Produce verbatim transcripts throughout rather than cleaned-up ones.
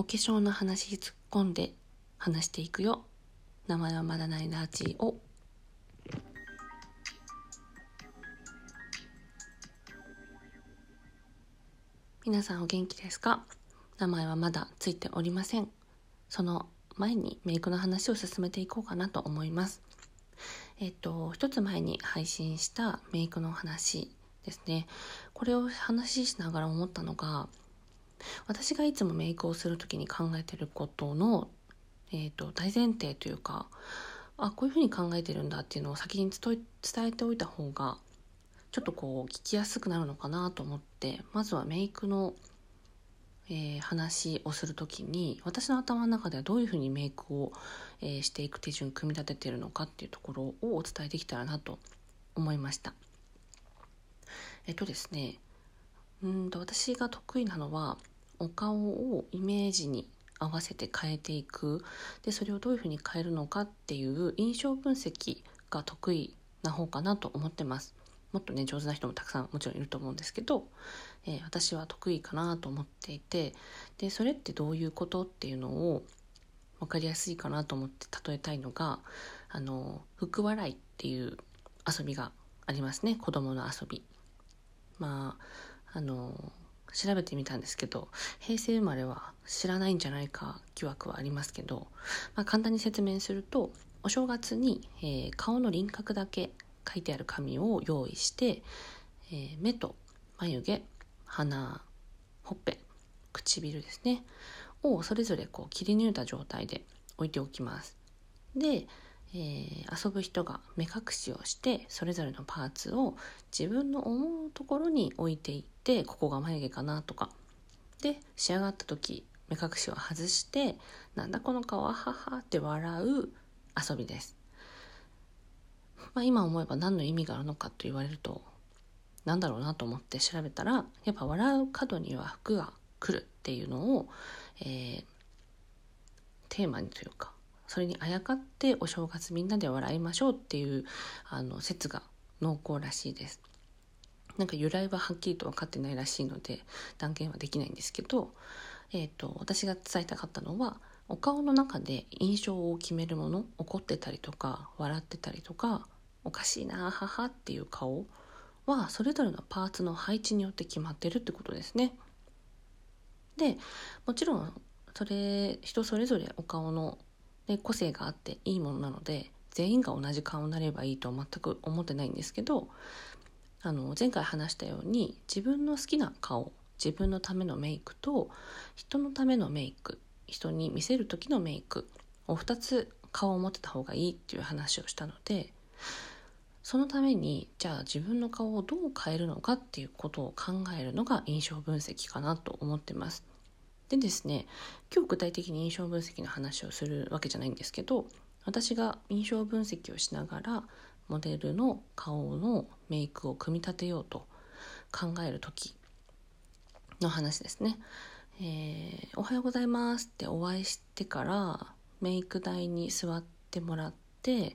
お化粧の話突っ込んで話していくよ。名前はまだないラジオ。皆さんお元気ですか？名前はまだついておりません。その前にメイクの話を進めていこうかなと思います。えっと一つ前に配信したメイクの話ですね。これを話しながら思ったのが、私がいつもメイクをするときに考えていることの、えー、と大前提というか、あこういうふうに考えてるんだっていうのを先に伝えておいた方がちょっとこう聞きやすくなるのかなと思って、まずはメイクの、えー、話をするときに私の頭の中ではどういうふうにメイクを、えー、していく手順組み立てているのかっていうところをお伝えできたらなと思いました。えっとですねうんと私が得意なのはお顔をイメージに合わせて変えていく。でそれをどういうふうに変えるのかっていう印象分析が得意な方かなと思ってます。もっとね上手な人もたくさんもちろんいると思うんですけど、えー、私は得意かなと思っていて、でそれってどういうことっていうのを分かりやすいかなと思って例えたいのが、あの福笑いっていう遊びがありますね。子供の遊び。まああの調べてみたんですけど、平成生まれは知らないんじゃないか疑惑はありますけど、まあ、簡単に説明すると、お正月に、えー、顔の輪郭だけ書いてある紙を用意して、えー、目と眉毛、鼻、ほっぺ、唇ですねをそれぞれこう切り抜いた状態で置いておきます。で、えー、遊ぶ人が目隠しをしてそれぞれのパーツを自分の思うところに置いていって、ここが眉毛かなとかで、仕上がった時目隠しを外してなんだこの顔はははって笑う遊びです。まあ、今思えば何の意味があるのかと言われるとなんだろうなと思って調べたら、やっぱ笑う角には福が来るっていうのを、えー、テーマにというかそれにあやかってお正月みんなで笑いましょうっていうあの説が濃厚らしいです。なんか由来ははっきりと分かってないらしいので断言はできないんですけど、えーと、私が伝えたかったのは、お顔の中で印象を決めるもの、怒ってたりとか笑ってたりとかおかしいなははっていう顔はそれぞれのパーツの配置によって決まってるってことですね。でもちろんそれ人それぞれお顔の、ね、個性があっていいものなので、全員が同じ顔になればいいとは全く思ってないんですけど、あの前回話したように自分の好きな顔、自分のためのメイクと人のためのメイク、人に見せる時のメイクをふたつ顔を持ってた方がいいっていう話をしたので、そのためにじゃあ自分の顔をどう変えるのかっていうことを考えるのが印象分析かなと思ってます。でですね、今日具体的に印象分析の話をするわけじゃないんですけど、私が印象分析をしながらモデルの顔のメイクを組み立てようと考える時の話ですね。えー、おはようございますってお会いしてからメイク台に座ってもらって、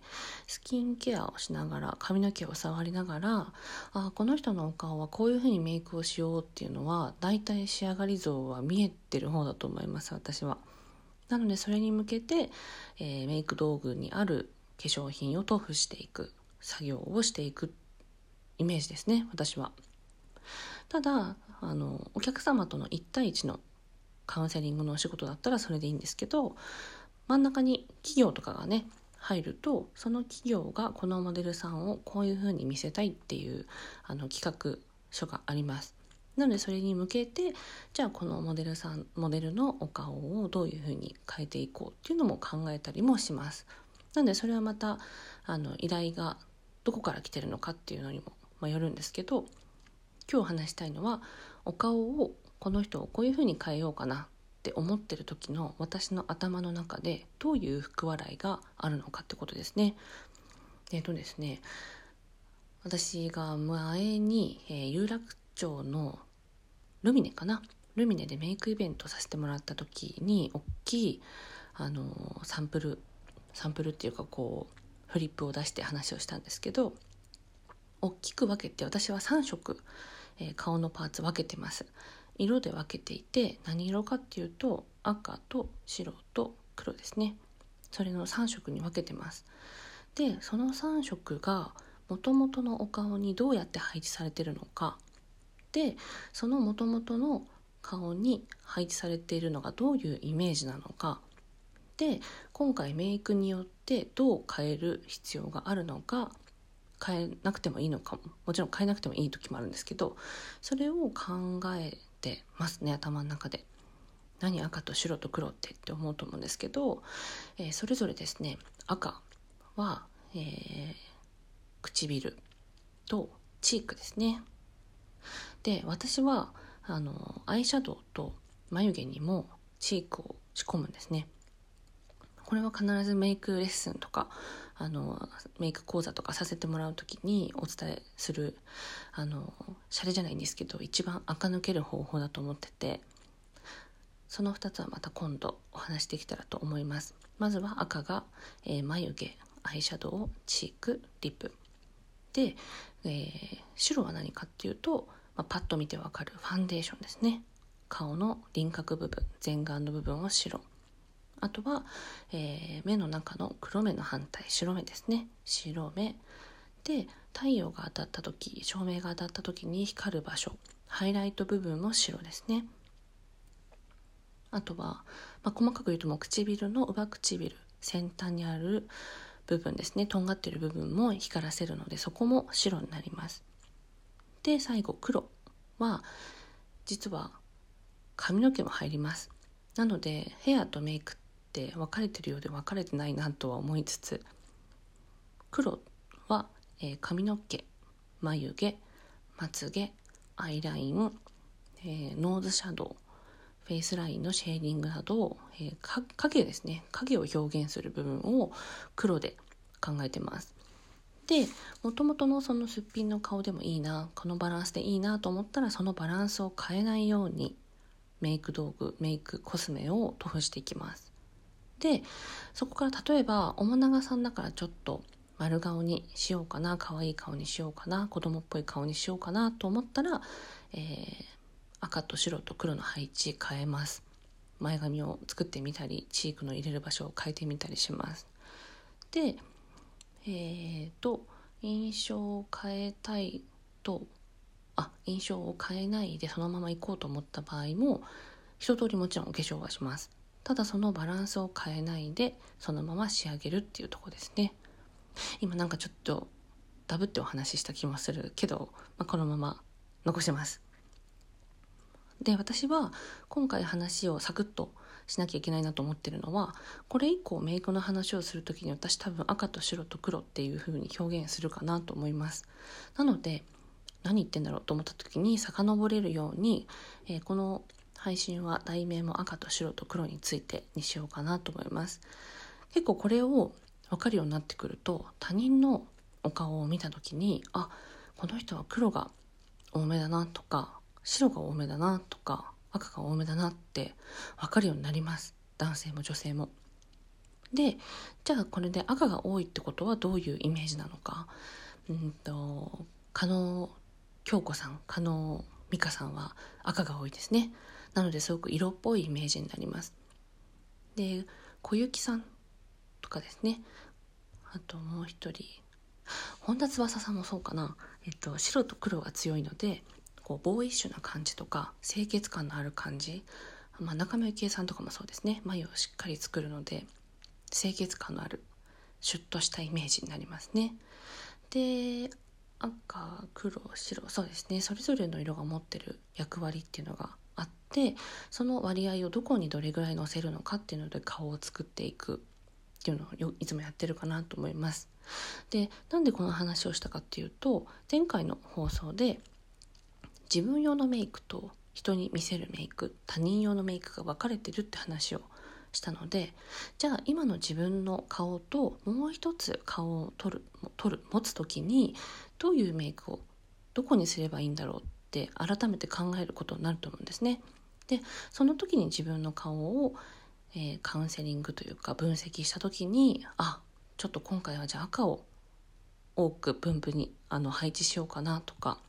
スキンケアをしながら髪の毛を触りながら、あこの人のお顔はこういう風にメイクをしようっていうのはだいたい仕上がり像は見えてる方だと思います、私は。なのでそれに向けて、えー、メイク道具にある化粧品を塗布していく作業をしていくイメージですね、私は。ただあのお客様とのいち対いちのカウンセリングのお仕事だったらそれでいいんですけど、真ん中に企業とかがね入ると、その企業がこのモデルさんをこういう風に見せたいっていうあの企画書があります。なのでそれに向けて、じゃあこのモデルさんモデルのお顔をどういう風に変えていこうっていうのも考えたりもします。なのでそれはまたあの依頼がどこから来てるのかっていうのにも、まあ、よるんですけど、今日話したいのはお顔をこの人をこういう風に変えようかなって思ってる時の私の頭の中でどういう福笑いがあるのかってことですね。えっとですね私が前に、えー、有楽町のルミネかなルミネでメイクイベントさせてもらった時に大きいあのー、サンプルサンプルっていうかこうフリップを出して話をしたんですけど、大きく分けて私はさん色、えー、顔のパーツ分けてます。 色で分けていて、何色かっていうと赤と白と黒ですね。それのさん色に分けてます。でそのさん色が元々のお顔にどうやって配置されているのか、でその元々の顔に配置されているのがどういうイメージなのか、で今回メイクによってどう変える必要があるのか、変えなくてもいいのかも、もちろん変えなくてもいい時もあるんですけど、それを考えてますね、頭の中で。何赤と白と黒ってって思うと思うんですけど、えー、それぞれですね、赤は、えー、唇とチークですね。で私はあのアイシャドウと眉毛にもチークを仕込むんですね。これは必ずメイクレッスンとかあのメイク講座とかさせてもらうときにお伝えする、あのシャレじゃないんですけど一番垢抜ける方法だと思ってて、そのふたつはまた今度お話できたらと思います。まずは赤が、えー、眉毛、アイシャドウ、チーク、リップで、えー、白は何かっていうと、まあ、パッと見てわかるファンデーションですね。顔の輪郭部分、前眼の部分は白、あとは、えー、目の中の黒目の反対、白目ですね。白目で太陽が当たった時、照明が当たった時に光る場所、ハイライト部分も白ですね。あとは、まあ、細かく言うともう唇の上唇先端にある部分ですね、とんがっている部分も光らせるので、そこも白になります。で最後黒は実は髪の毛も入ります。なのでヘアとメイクって分かれてるようで分かれてないなとは思いつつ、黒は、えー、髪の毛、眉毛、まつげ、アイライン、えー、ノーズシャドウ、フェイスラインのシェーディングなど、えー、影ですね、影を表現する部分を黒で考えてます。でもともとのそのすっぴんの顔でもいいな、このバランスでいいなと思ったら、そのバランスを変えないようにメイク道具、メイクコスメを塗布していきます。でそこから例えば面長さんだからちょっと丸顔にしようかな、可愛い顔にしようかな、子供っぽい顔にしようかなと思ったら、えー、赤と白と黒の配置変えます。前髪を作ってみたり、チークの入れる場所を変えてみたりします。でえーと印象を変えたいとあ印象を変えないでそのまま行こうと思った場合も一通りもちろんお化粧はします。ただそのバランスを変えないでそのまま仕上げるっていうところですね。今なんかちょっとダブってお話しした気もするけど、まあ、このまま残します。で私は今回話をサクッとしなきゃいけないなと思ってるのは、これ以降メイクの話をするときに私多分赤と白と黒っていう風に表現するかなと思います。なので何言ってんだろうと思った時に遡れるように、えー、この配信は題名も赤と白と黒についてにしようかなと思います。結構これを分かるようになってくると、他人のお顔を見た時に、あ、この人は黒が多めだなとか白が多めだなとか赤が多めだなって分かるようになります。男性も女性も。でじゃあこれで赤が多いってことはどういうイメージなのか。うんと加納京子さん、加納美香さんは赤が多いですね。なのですごく色っぽいイメージになります。で小雪さんとかですね、あともう一人本田翼さんもそうかな、えっと、白と黒が強いのでこうボーイッシュな感じとか清潔感のある感じ、まあ、中村幸恵さんとかもそうですね、眉をしっかり作るので清潔感のあるシュッとしたイメージになりますね。で赤、黒、白、そうですね、それぞれの色が持ってる役割っていうのがあって、その割合をどこにどれぐらい乗せるのかっていうので顔を作っていくっていうのをよいつもやってるかなと思います。でなんでこの話をしたかっていうと、前回の放送で自分用のメイクと人に見せるメイク、他人用のメイクが分かれてるって話をしたので、じゃあ今の自分の顔ともう一つ顔を取る、取る持つ時にどういうメイクをどこにすればいいんだろうって改めて考えることになると思うんですね。でその時に自分の顔を、えー、カウンセリングというか分析した時に、あ、ちょっと今回はじゃあ赤を多く分布にあの配置しようかなとか、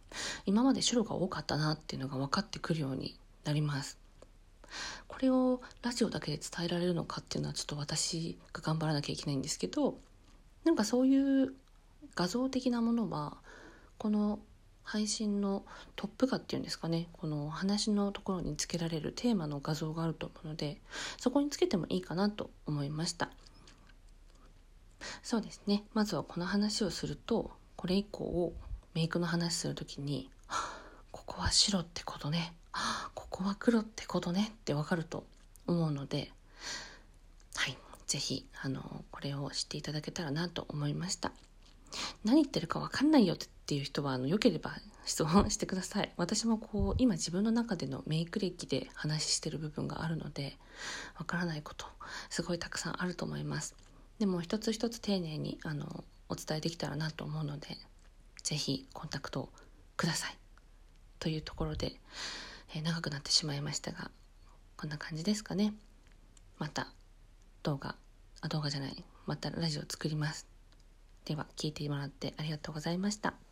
今まで白が多かったなっていうのが分かってくるようになります。これをラジオだけで伝えられるのかっていうのはちょっと私が頑張らなきゃいけないんですけど、なんかそういう画像的なものはこの配信のトップ画っていうんですかね、この話のところにつけられるテーマの画像があると思うので、そこにつけてもいいかなと思いました。そうですね、まずはこの話をすると、これ以降メイクの話するときに、ここは白ってことね、ここは黒ってことねってわかると思うので、はい、ぜひあのこれを知っていただけたらなと思いました。何言ってるか分かんないよっていう人はあのよければ質問してください。私もこう今自分の中でのメイク歴で話してる部分があるので、分からないことすごいたくさんあると思います。でも一つ一つ丁寧にあのお伝えできたらなと思うので、ぜひコンタクトくださいというところで、えー、長くなってしまいましたが、こんな感じですかね。また動画あ動画じゃないまたラジオ作ります。では聞いてもらってありがとうございました。